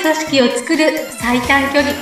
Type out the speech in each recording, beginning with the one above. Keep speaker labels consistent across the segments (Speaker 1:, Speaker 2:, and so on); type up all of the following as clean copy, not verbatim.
Speaker 1: 組織を作る最短距離。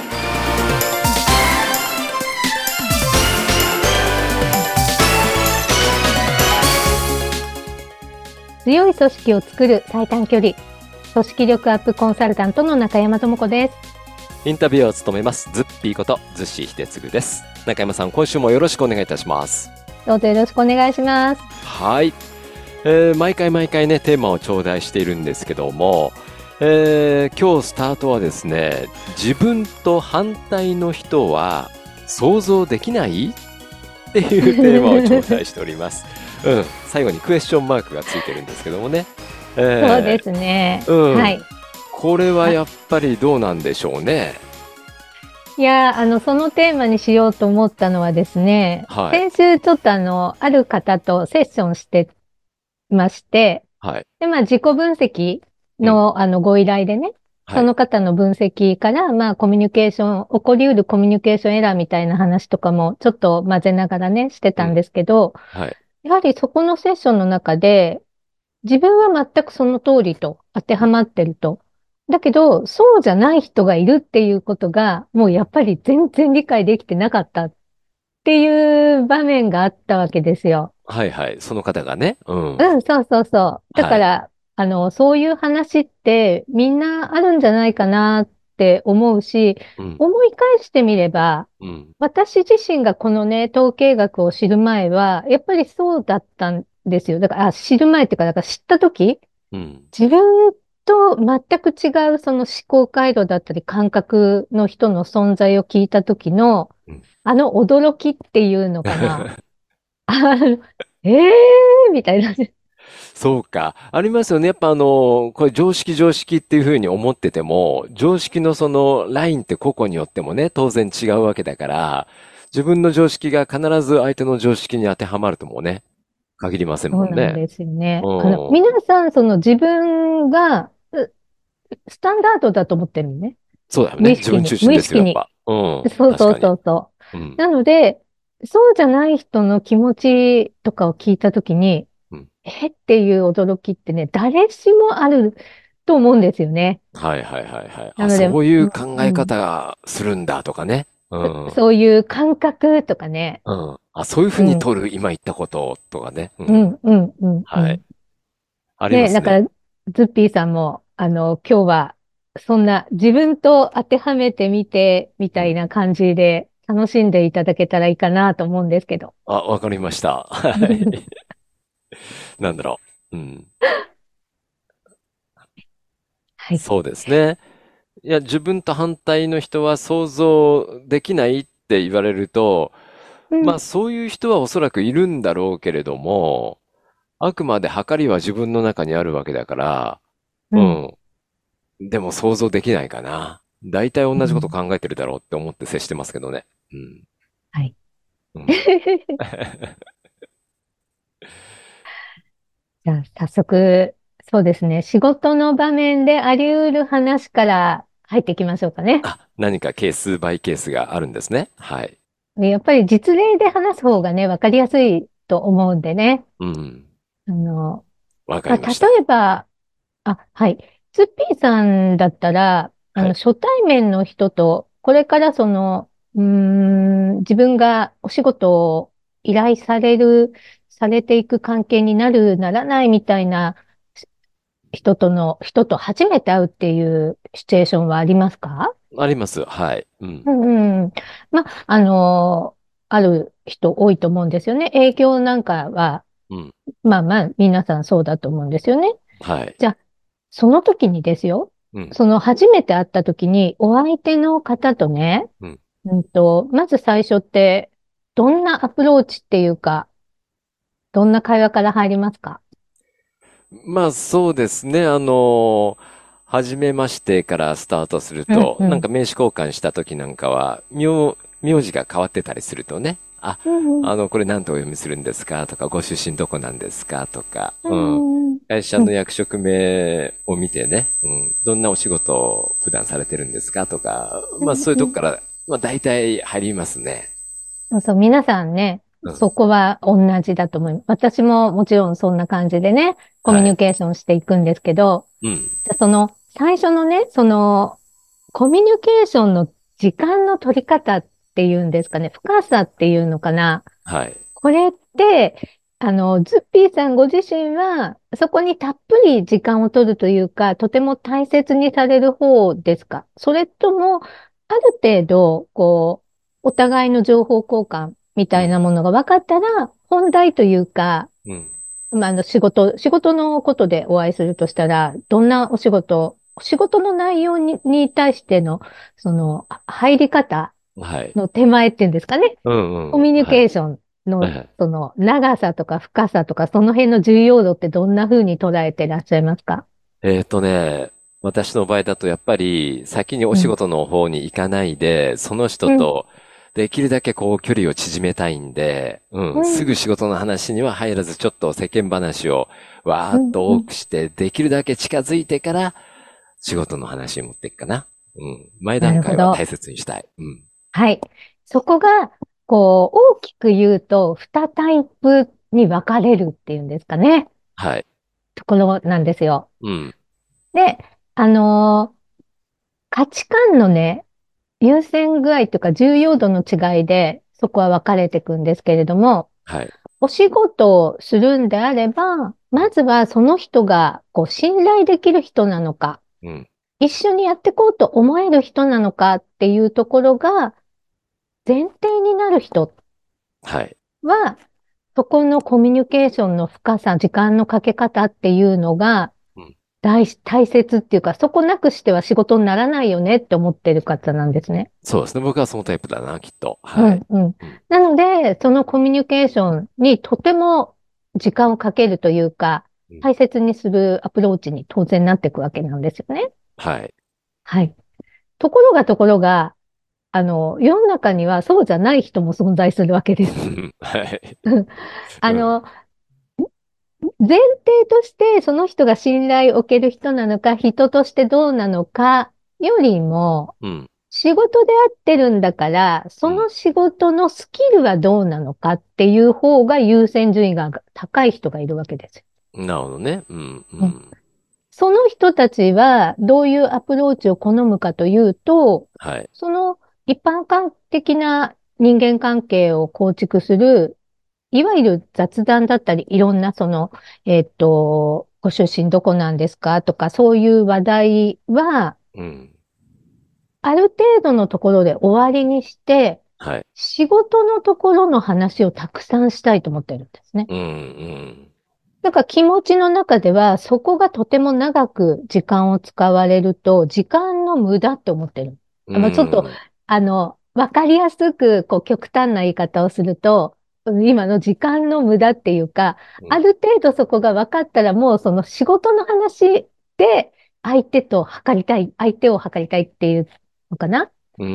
Speaker 1: 強い組織を作る最短距離、組織力アップコンサルタントの中山智子です。
Speaker 2: インタビューを務めますズッピーことズッシー秀次です。中山さん、今週もよろしくお願いいたします。
Speaker 1: どうぞよろしくお願いします。
Speaker 2: はい、毎回ねテーマを頂戴しているんですけども、今日スタートはですね、自分と反対の人は想像できないっていうテーマを頂戴しております。最後にクエスチョンマークがついてるんですけどもね、
Speaker 1: そうですね、はい。
Speaker 2: これはやっぱりどうなんでしょうね。
Speaker 1: いや、そのテーマにしようと思ったのはですね、
Speaker 2: はい、
Speaker 1: 先週ちょっとある方とセッションしてまして、
Speaker 2: はい、
Speaker 1: で、自己分析
Speaker 2: うん、
Speaker 1: の、ご依頼でね、
Speaker 2: はい、
Speaker 1: その方の分析から、コミュニケーション、起こりうるコミュニケーションエラーみたいな話とかも、ちょっと混ぜながらね、してたん
Speaker 2: うん、
Speaker 1: ですけど、
Speaker 2: はい、
Speaker 1: やはりそこのセッションの中で、自分は全くその通りと当て
Speaker 2: うん、
Speaker 1: はまってると。だけど、そうじゃない人がいるっていうことが、もうやっぱり全然理解できてなかったっていう場面があったわけですよ。
Speaker 2: はい、はい、その方がね、うん、
Speaker 1: うん、そうそうそう。だ
Speaker 2: はい、
Speaker 1: から、そういう話ってみんなあるんじゃないかなって思うし、
Speaker 2: うん、
Speaker 1: 思い返してみれば、
Speaker 2: うん、
Speaker 1: 私自身がこのね、統計学を知る前は、やっぱりそうだったんですよ。だから、知る前っていうか、だから知った時、
Speaker 2: うん、
Speaker 1: 自分と全く違うその思考回路だったり感覚の人の存在を聞いた時の、
Speaker 2: うん。
Speaker 1: あの驚きっていうのかな。あのえみたいな。
Speaker 2: そうか。ありますよね。やっぱこれ常識っていうふうに思ってても、常識のそのラインって個々によってもね、当然違うわけだから、自分の常識が必ず相手の常識に当てはまるともね、限りません
Speaker 1: そう
Speaker 2: もんね。
Speaker 1: なんですよね。
Speaker 2: うん。
Speaker 1: 皆さん、その自分がスタンダードだと思ってるのね。
Speaker 2: そうだよね。
Speaker 1: 無意識に、
Speaker 2: 自分中心
Speaker 1: 無意
Speaker 2: ですよ、
Speaker 1: 識に。
Speaker 2: やっぱ。うん。
Speaker 1: そうそう
Speaker 2: 確かに。
Speaker 1: そうそう。
Speaker 2: うん。
Speaker 1: なので、そうじゃない人の気持ちとかを聞いたときに、
Speaker 2: うん。
Speaker 1: っていう驚きってね、誰しもあると思うんですよね。
Speaker 2: はいはいはいはい。あ、
Speaker 1: なので、
Speaker 2: そういう考え
Speaker 1: うん、
Speaker 2: 方するんだとかね。うん。
Speaker 1: そういう感覚とかね。
Speaker 2: うん。あ、そういうふう
Speaker 1: うん、
Speaker 2: に取る、今言ったこととかね。うん。
Speaker 1: うん、うん、うん、う
Speaker 2: はい。
Speaker 1: ん。
Speaker 2: ありま
Speaker 1: ね、
Speaker 2: すね。
Speaker 1: だから、ズッピーさんも、今日は、そんな自分と当てはめてみて、み
Speaker 2: うん。
Speaker 1: たいな感じで楽しんでいただけたらいいかなと思うんですけど。
Speaker 2: あ、わかりました。はい。なんだろう。うん。
Speaker 1: はい。
Speaker 2: そうですね。いや、自分と反対の人は想像できないって言われると、
Speaker 1: うん、
Speaker 2: まあそういう人はおそらくいるんだろうけれども、あくまで計りは自分の中にあるわけだから、
Speaker 1: うん、
Speaker 2: うん。でも想像できないかな。大体同じこと
Speaker 1: うん。
Speaker 2: 考えてるだろうって思って接してますけどね。うん。
Speaker 1: はい。
Speaker 2: うん。
Speaker 1: じゃあ、早速、そうですね。仕事の場面であり得る話から入っていきましょうかね。
Speaker 2: あ、何かケースバイケースがあるんですね。はい。
Speaker 1: やっぱり実例で話す方がね、わかりやすいと思うんでね。
Speaker 2: うん。
Speaker 1: あの、
Speaker 2: わか
Speaker 1: 例
Speaker 2: りました。
Speaker 1: えば、はい。ツッピーさんだったら、
Speaker 2: はい。
Speaker 1: 初対面の人と、これから自分がお仕事を依頼されていく関係になる、ならないみたいな人と初めて会うっていうシチュエーションはありますか？
Speaker 2: あります。はい。うん。
Speaker 1: うんうん。ある人多いと思うんですよね。営業なんかは、
Speaker 2: うん。
Speaker 1: 皆さんそうだと思うんですよね。
Speaker 2: はい。
Speaker 1: じゃあ、その時にですよ。
Speaker 2: うん。
Speaker 1: その初めて会った時に、お相手の方とね、
Speaker 2: うん。
Speaker 1: まず最初って、どんなアプローチっていうか、どんな会話から入りますか？
Speaker 2: まあそうですね。初めましてからスタートすると、
Speaker 1: うんうん。
Speaker 2: なんか名刺交換した時なんかは、名字が変わってたりするとね、あ、
Speaker 1: うんうん。
Speaker 2: これ何とお読みするんですかとか、ご出身どこなんですかとか、
Speaker 1: う
Speaker 2: うん。
Speaker 1: んうん。
Speaker 2: 会社の役職名を見てね、うん。どんなお仕事を普段されてるんですかとか、まあそういうとこから、まあ大体入りますね。
Speaker 1: そうそう、皆さんね、
Speaker 2: うん。
Speaker 1: そこは同じだと思います。私ももちろんそんな感じでね、コミュ
Speaker 2: はい。
Speaker 1: ニケーションしていくんですけど、
Speaker 2: うん。
Speaker 1: じゃあその最初のね、 コミュニケーションの時間の取り方っていうんですかね、深さっていうのかな。
Speaker 2: はい。
Speaker 1: これって、ズッピーさんご自身は、そこにたっぷり時間を取るというか、とても大切にされる方ですか？それとも、ある程度、お互いの情報交換みたい
Speaker 2: うん。
Speaker 1: なものが分かったら、本題というか、
Speaker 2: うん。
Speaker 1: まあ、仕事のことでお会いするとしたら、どんな仕事の内容に対しての、入り方
Speaker 2: はい。
Speaker 1: の手前っていうんですかね。
Speaker 2: うんうん。
Speaker 1: コミュニ
Speaker 2: はい。
Speaker 1: ケーションの、
Speaker 2: はい。
Speaker 1: 長さとか深さとか、その辺の重要度ってどんな風に捉えてらっしゃいますか？
Speaker 2: えっとね、私の場合だとやっぱり先にお
Speaker 1: うん。
Speaker 2: 仕事の方に行かないで、その人
Speaker 1: うん。
Speaker 2: とできるだけこう距離を縮めたいんで、うん、す
Speaker 1: うん。
Speaker 2: ぐ仕事の話には入らずちょっと世間話をわー
Speaker 1: うん。
Speaker 2: っと
Speaker 1: うん。
Speaker 2: 多くして、できるだけ近づいてから仕事の話に持っていくかな。うん。前
Speaker 1: な
Speaker 2: 段階は大
Speaker 1: るほど。
Speaker 2: 切にしたい。うん。
Speaker 1: はい。そこが、大きく言うと、2タイプに分かれるっていうんですかね。
Speaker 2: はい。
Speaker 1: ところなんですよ。
Speaker 2: うん。
Speaker 1: で、あのー価値観のね、優先具合というか重要度の違いで、そこは分かれていくんですけれども、
Speaker 2: はい。
Speaker 1: お仕事をするんであれば、
Speaker 2: うん。
Speaker 1: まずはその人が信頼できる人なのか、
Speaker 2: うん。
Speaker 1: 一緒にやっていこうと思える人なのかっていうところが前提になる人
Speaker 2: はい。
Speaker 1: は、そこのコミュニケーションの深さ、時間のかけ方っていうのが
Speaker 2: うん。
Speaker 1: 大切っていうか、そこなくしては仕事にならないよねって思ってる方なんですね。
Speaker 2: そうですね。僕はそのタイプだな、きっと。はい。
Speaker 1: うん、うん。
Speaker 2: うん。
Speaker 1: なので、そのコミュニケーションにとても時間をかけるというか、
Speaker 2: うん。
Speaker 1: 大切にするアプローチに当然なっていくわけなんですよね。
Speaker 2: はい。
Speaker 1: はい。ところが、世の中にはそうじゃない人も存在するわけです。
Speaker 2: はい。
Speaker 1: あ
Speaker 2: うん。
Speaker 1: の、前提としてその人が信頼を置ける人なのか、人としてどうなのかよりも、
Speaker 2: うん。
Speaker 1: 仕事で会ってるんだから、そ
Speaker 2: うん。
Speaker 1: の仕事のスキルはどうなのかっていう方が優先順位が高い人がいるわけですよ。
Speaker 2: なるほどね。うん。う
Speaker 1: うん。
Speaker 2: ん。
Speaker 1: その人たちはどういうアプローチを好むかというと、
Speaker 2: はい。
Speaker 1: その一般的な人間関係を構築する、いわゆる雑談だったり、いろんなご出身どこなんですかとか、そういう話題は、
Speaker 2: うん。
Speaker 1: ある程度のところで終わりにして、
Speaker 2: はい。
Speaker 1: 仕事のところの話をたくさんしたいと思ってるんですね。
Speaker 2: うん。うん。
Speaker 1: だから気持ちの中では、そこがとても長く時間を使われると、時間の無駄って思ってる。
Speaker 2: う
Speaker 1: ちょっと、
Speaker 2: ん。
Speaker 1: わかりやすく、極端な言い方をすると、今の時間の無駄っていうか、ある程度そこが分かったら、もうその仕事の話で、相手を測りたいっていうのかな。
Speaker 2: うん。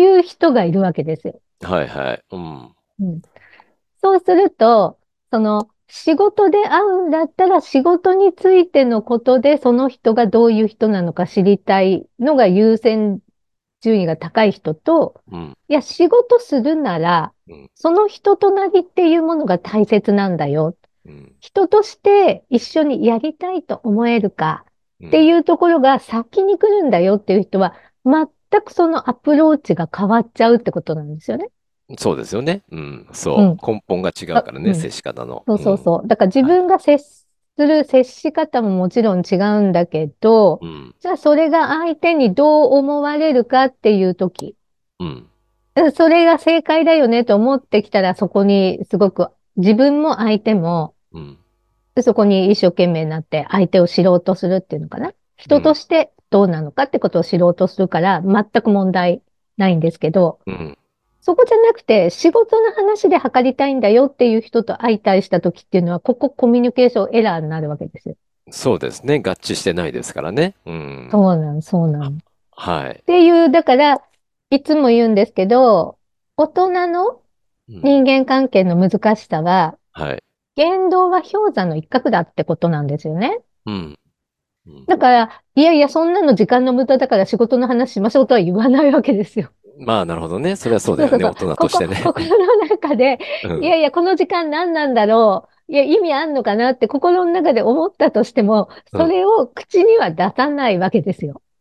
Speaker 1: そういう人がいるわけですよ。
Speaker 2: はいはい。うん。
Speaker 1: うん。そうすると、仕事で会うんだったら仕事についてのことでその人がどういう人なのか知りたいのが優先順位が高い人と、
Speaker 2: うん。
Speaker 1: いや、仕事するなら、
Speaker 2: うん。
Speaker 1: その人となりっていうものが大切なんだよ。
Speaker 2: うん。
Speaker 1: 人として一緒にやりたいと思えるかって
Speaker 2: うん。
Speaker 1: いうところが先に来るんだよっていう人は、全くそのアプローチが変わっちゃうってことなんですよね。
Speaker 2: そうですよね。うん。
Speaker 1: うん。
Speaker 2: そう。根本が違うからね、接
Speaker 1: うん。
Speaker 2: し方の。
Speaker 1: そう
Speaker 2: うん。
Speaker 1: そうそう。だから自
Speaker 2: はい。
Speaker 1: 分が接し方ももちろん違うんだけど、
Speaker 2: うん。
Speaker 1: じゃあそれが相手にどう思われるかっていうとき、
Speaker 2: うん。
Speaker 1: それが正解だよねと思ってきたらそこにすごく自分も相手も
Speaker 2: うん。
Speaker 1: そこに一生懸命になって相手を知ろうとするっていうのかな。
Speaker 2: うん。
Speaker 1: 人としてどうなのかってことを知ろうとするから全く問題ないんですけど、
Speaker 2: うん。
Speaker 1: そこじゃなくて仕事の話で測りたいんだよっていう人と相対したときっていうのは、ここコミュニケーションエラーになるわけですよ。
Speaker 2: そうですね。合致してないですからね。うん。
Speaker 1: そうなの。っ
Speaker 2: はい。
Speaker 1: ていう、だから、いつも言うんですけど、大人の
Speaker 2: うん。
Speaker 1: 人間関係の難しさは、
Speaker 2: はい。
Speaker 1: 言動は氷山の一角だってことなんですよね。
Speaker 2: うん。うん。
Speaker 1: だから、いやいや、そんなの時間の無駄だから仕事の話しましょうとは言わないわけですよ。
Speaker 2: まあ、なるほどね。それはそうだよね。
Speaker 1: そうそうそう。
Speaker 2: 大人としてね。
Speaker 1: 心の中で、
Speaker 2: うん。
Speaker 1: いやいや、この時間何なんだろう。いや、意味あんのかなって心の中で思ったとしても、
Speaker 2: うん。
Speaker 1: それを口には出さないわけですよ。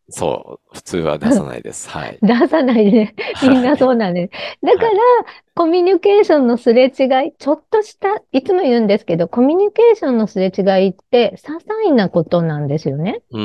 Speaker 2: そう、普通は出さないです。はい。
Speaker 1: 出さないでね。みんなそ
Speaker 2: はい。
Speaker 1: うなんです。だから、
Speaker 2: はい。
Speaker 1: コミュニケーションのすれ違い、ちょっとした、いつも言うんですけど、コミュニケーションのすれ違いって、些細なことなんですよね。
Speaker 2: うん。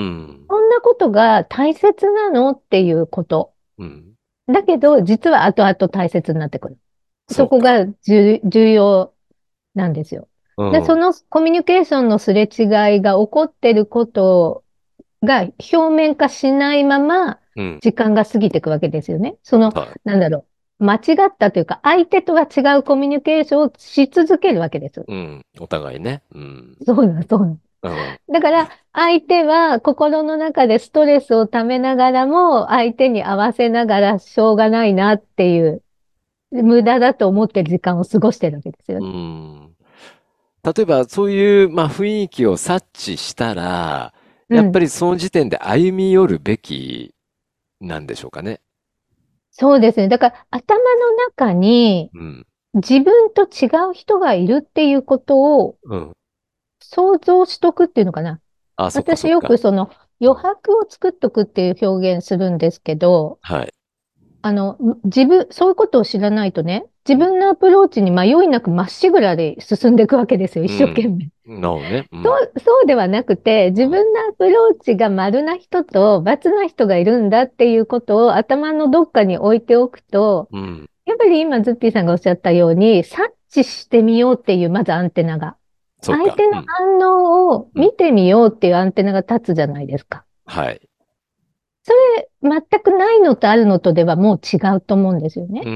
Speaker 1: そんなことが大切なのっていうこと。
Speaker 2: うん。
Speaker 1: だけど、実は後々大切になってくる。そこ
Speaker 2: そうか。
Speaker 1: が重要なんですよ。で、そ
Speaker 2: うん。
Speaker 1: のコミュニケーションのすれ違いが起こってることが表面化しないまま、
Speaker 2: うん。
Speaker 1: 時間が過ぎていくわけですよね。その、
Speaker 2: はい。
Speaker 1: なんだろ間違ったというか、相手とは違うコミュニケーションをし続けるわけです。
Speaker 2: うん。お互いね。うん。
Speaker 1: そうなん、そうなん。
Speaker 2: うん。
Speaker 1: だから、相手は心の中でストレスをためながらも、相手に合わせながらしょうがないなっていう、無駄だと思ってる時間を過ごしてるわけですよ
Speaker 2: う
Speaker 1: ね。
Speaker 2: ん。例えば、そういう、まあ、雰囲気を察知したら、
Speaker 1: うん。
Speaker 2: やっぱりその時点で歩み寄るべきなんでしょうかね。
Speaker 1: そうですね。だから、頭の中に
Speaker 2: うん。
Speaker 1: 自分と違う人がいるっていうことを
Speaker 2: うん。
Speaker 1: 想像しとくっていうのかな。
Speaker 2: あ、そっか
Speaker 1: 私よ
Speaker 2: そっか。
Speaker 1: くその余
Speaker 2: うん。
Speaker 1: 白を作っとくっていう表現するんですけど、
Speaker 2: はい。
Speaker 1: そういうことを知らないとね、自
Speaker 2: うん。
Speaker 1: 分のアプローチに迷いなくまっしぐらで進んでいくわけですよ、一生懸
Speaker 2: うん。
Speaker 1: 命。
Speaker 2: なるほどね。うん。
Speaker 1: そうではなくて、
Speaker 2: うん。
Speaker 1: 自分のアプローチが丸な人と×な人がいるんだっていうことを頭のどっかに置いておくと、
Speaker 2: うん。
Speaker 1: やっぱり今ズッピーさんがおっしゃったように、察知してみようっていう、まずアンテナが。
Speaker 2: そっか。
Speaker 1: 相手の
Speaker 2: うん。
Speaker 1: 反応を
Speaker 2: うん。
Speaker 1: 見てみようっていうアンテナが立つじゃないですか。
Speaker 2: はい。
Speaker 1: 全くないのとあるのとではもう違うと思うんですよね。
Speaker 2: うん。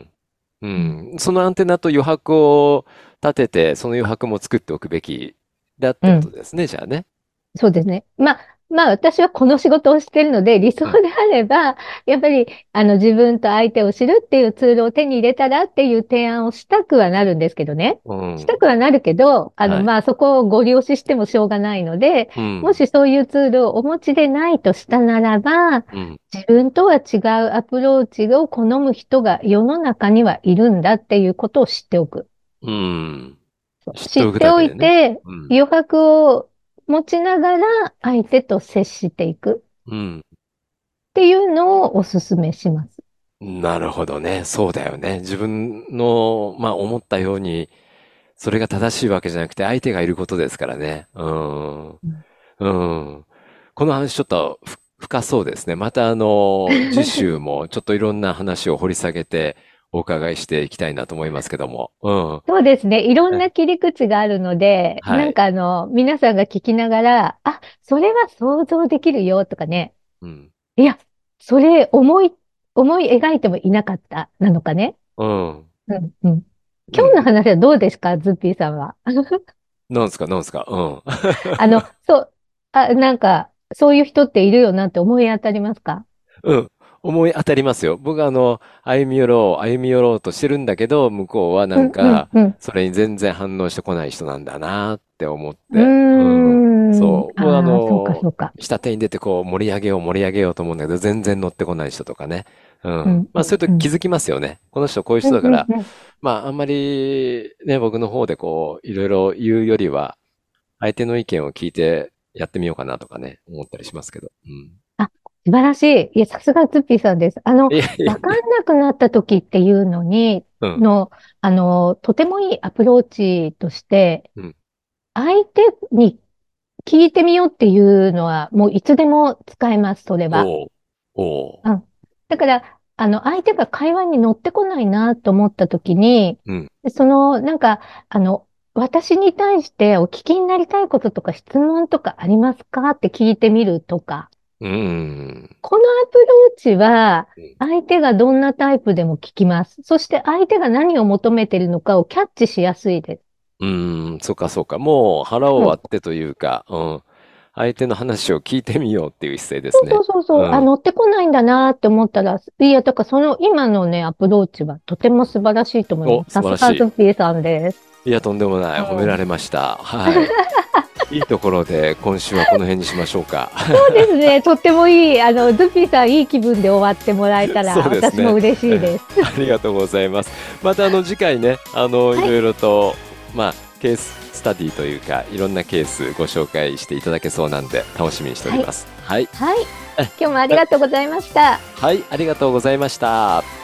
Speaker 2: う
Speaker 1: うん。
Speaker 2: ん。そのアンテナと余白を立てて、その余白も作っておくべきだってこと
Speaker 1: うん。
Speaker 2: ですね、じゃあね。
Speaker 1: そうですね。まあ私はこの仕事をしているので理想
Speaker 2: うん。
Speaker 1: であれば、やっぱり自分と相手を知るっていうツールを手に入れたらっていう提案をしたくはなるんですけどね。
Speaker 2: うん。
Speaker 1: したくはなるけど、
Speaker 2: はい。
Speaker 1: まあそこをご利用ししてもしょうがないので、
Speaker 2: うん。
Speaker 1: もしそういうツールをお持ちでないとしたならば、
Speaker 2: うん。
Speaker 1: 自分とは違うアプローチを好む人が世の中にはいるんだっていうことを知っておく。
Speaker 2: うん。知っておく
Speaker 1: 知ってお
Speaker 2: だけでね。
Speaker 1: いて、
Speaker 2: うん。
Speaker 1: 余白を持ちながら相手と接していく
Speaker 2: うん。
Speaker 1: っていうのをお勧めします。
Speaker 2: なるほどね。そうだよね。自分の、まあ、思ったように、それが正しいわけじゃなくて、相手がいることですからね。うん。
Speaker 1: うん
Speaker 2: うん。この話ちょっと深そうですね。また次週もちょっといろんな話を掘り下げてお伺いしていきたいなと思いますけども。うん。
Speaker 1: そうですね。いろん
Speaker 2: え
Speaker 1: な切り口があるので、
Speaker 2: はい。
Speaker 1: 皆さんが聞きながら、あ、それは想像できるよとかね。
Speaker 2: うん。
Speaker 1: いや、それ思い描いてもいなかったなのかね。
Speaker 2: うん。
Speaker 1: うん、うん。今日の
Speaker 2: うん。
Speaker 1: 話はどうですか、ズッピーさんは。
Speaker 2: なんですか、なんですか。うん。
Speaker 1: そう、そういう人っているよなって思い当たりますか？
Speaker 2: うん。思い当たりますよ。僕は歩み寄ろうとしてるんだけど、向こうはな
Speaker 1: うん、うん、
Speaker 2: んか、
Speaker 1: うん。
Speaker 2: それに全然反応してこない人なんだなって思っ
Speaker 1: う
Speaker 2: て。うん。
Speaker 1: ーん。
Speaker 2: そう。僕は
Speaker 1: ああ、そうか、そうか。
Speaker 2: 下手に出てこう盛り上げようと思うんだけど、全然乗ってこない人とかね。うん。
Speaker 1: うん、
Speaker 2: まあ、
Speaker 1: うん、うん。
Speaker 2: そういうと気づきますよね。この人こういう
Speaker 1: うん、うん、
Speaker 2: 人だから、
Speaker 1: うん。
Speaker 2: まあ、あんまりね、僕の方でこう、いろいろ言うよりは、相手の意見を聞いてやってみようかなとかね、思ったりしますけど。うん。
Speaker 1: あ、素晴らしい。いや、さすがズッピーさんです。
Speaker 2: いやいやいや。
Speaker 1: わかんなくなった時っていうのに、
Speaker 2: うん。
Speaker 1: の、とてもいいアプローチとして、
Speaker 2: うん。
Speaker 1: 相手に聞いてみようっていうのは、もういつでも使えます、それは。
Speaker 2: おう。おう。
Speaker 1: うん。だから、相手が会話に乗ってこないなと思った時に、
Speaker 2: うん。
Speaker 1: その、あの、私に対してお聞きになりたいこととか質問とかありますかって聞いてみるとか。
Speaker 2: うん。
Speaker 1: このアプローチは、
Speaker 2: うん。
Speaker 1: 相手がどんなタイプでも聞きます。そして相手が何を求めているのかをキャッチしやすいです。
Speaker 2: うん。そうかそうか。もう腹を
Speaker 1: そう。
Speaker 2: 割ってというか、うん。相手の話を聞いてみようっていう姿勢ですね。
Speaker 1: そうそうそう。あ、
Speaker 2: うん。
Speaker 1: 乗ってこないんだなって思ったら、いや、だからその今のね、アプローチはとても素晴らしいと思い
Speaker 2: お、
Speaker 1: ます。さすがズ
Speaker 2: 素晴らし
Speaker 1: ッピーさんです。
Speaker 2: い。いや、とんでもない。褒めら
Speaker 1: うん。
Speaker 2: れました。はい。いいところで今週はこの辺にしましょうか。
Speaker 1: そうですね。とってもいい。ズッピーさんいい気分で終わってもらえた
Speaker 2: そう
Speaker 1: ら、
Speaker 2: ですね。
Speaker 1: 私も嬉しいです。
Speaker 2: ありがとうございます。また次回ね、い
Speaker 1: はい。
Speaker 2: ろいろと、まあ、ケーススタディというか、いろんなケースご紹介していただけそうなんで、楽しみにしております。はい。
Speaker 1: はい。今日もありがとうございました。
Speaker 2: はい、ありがとうございました。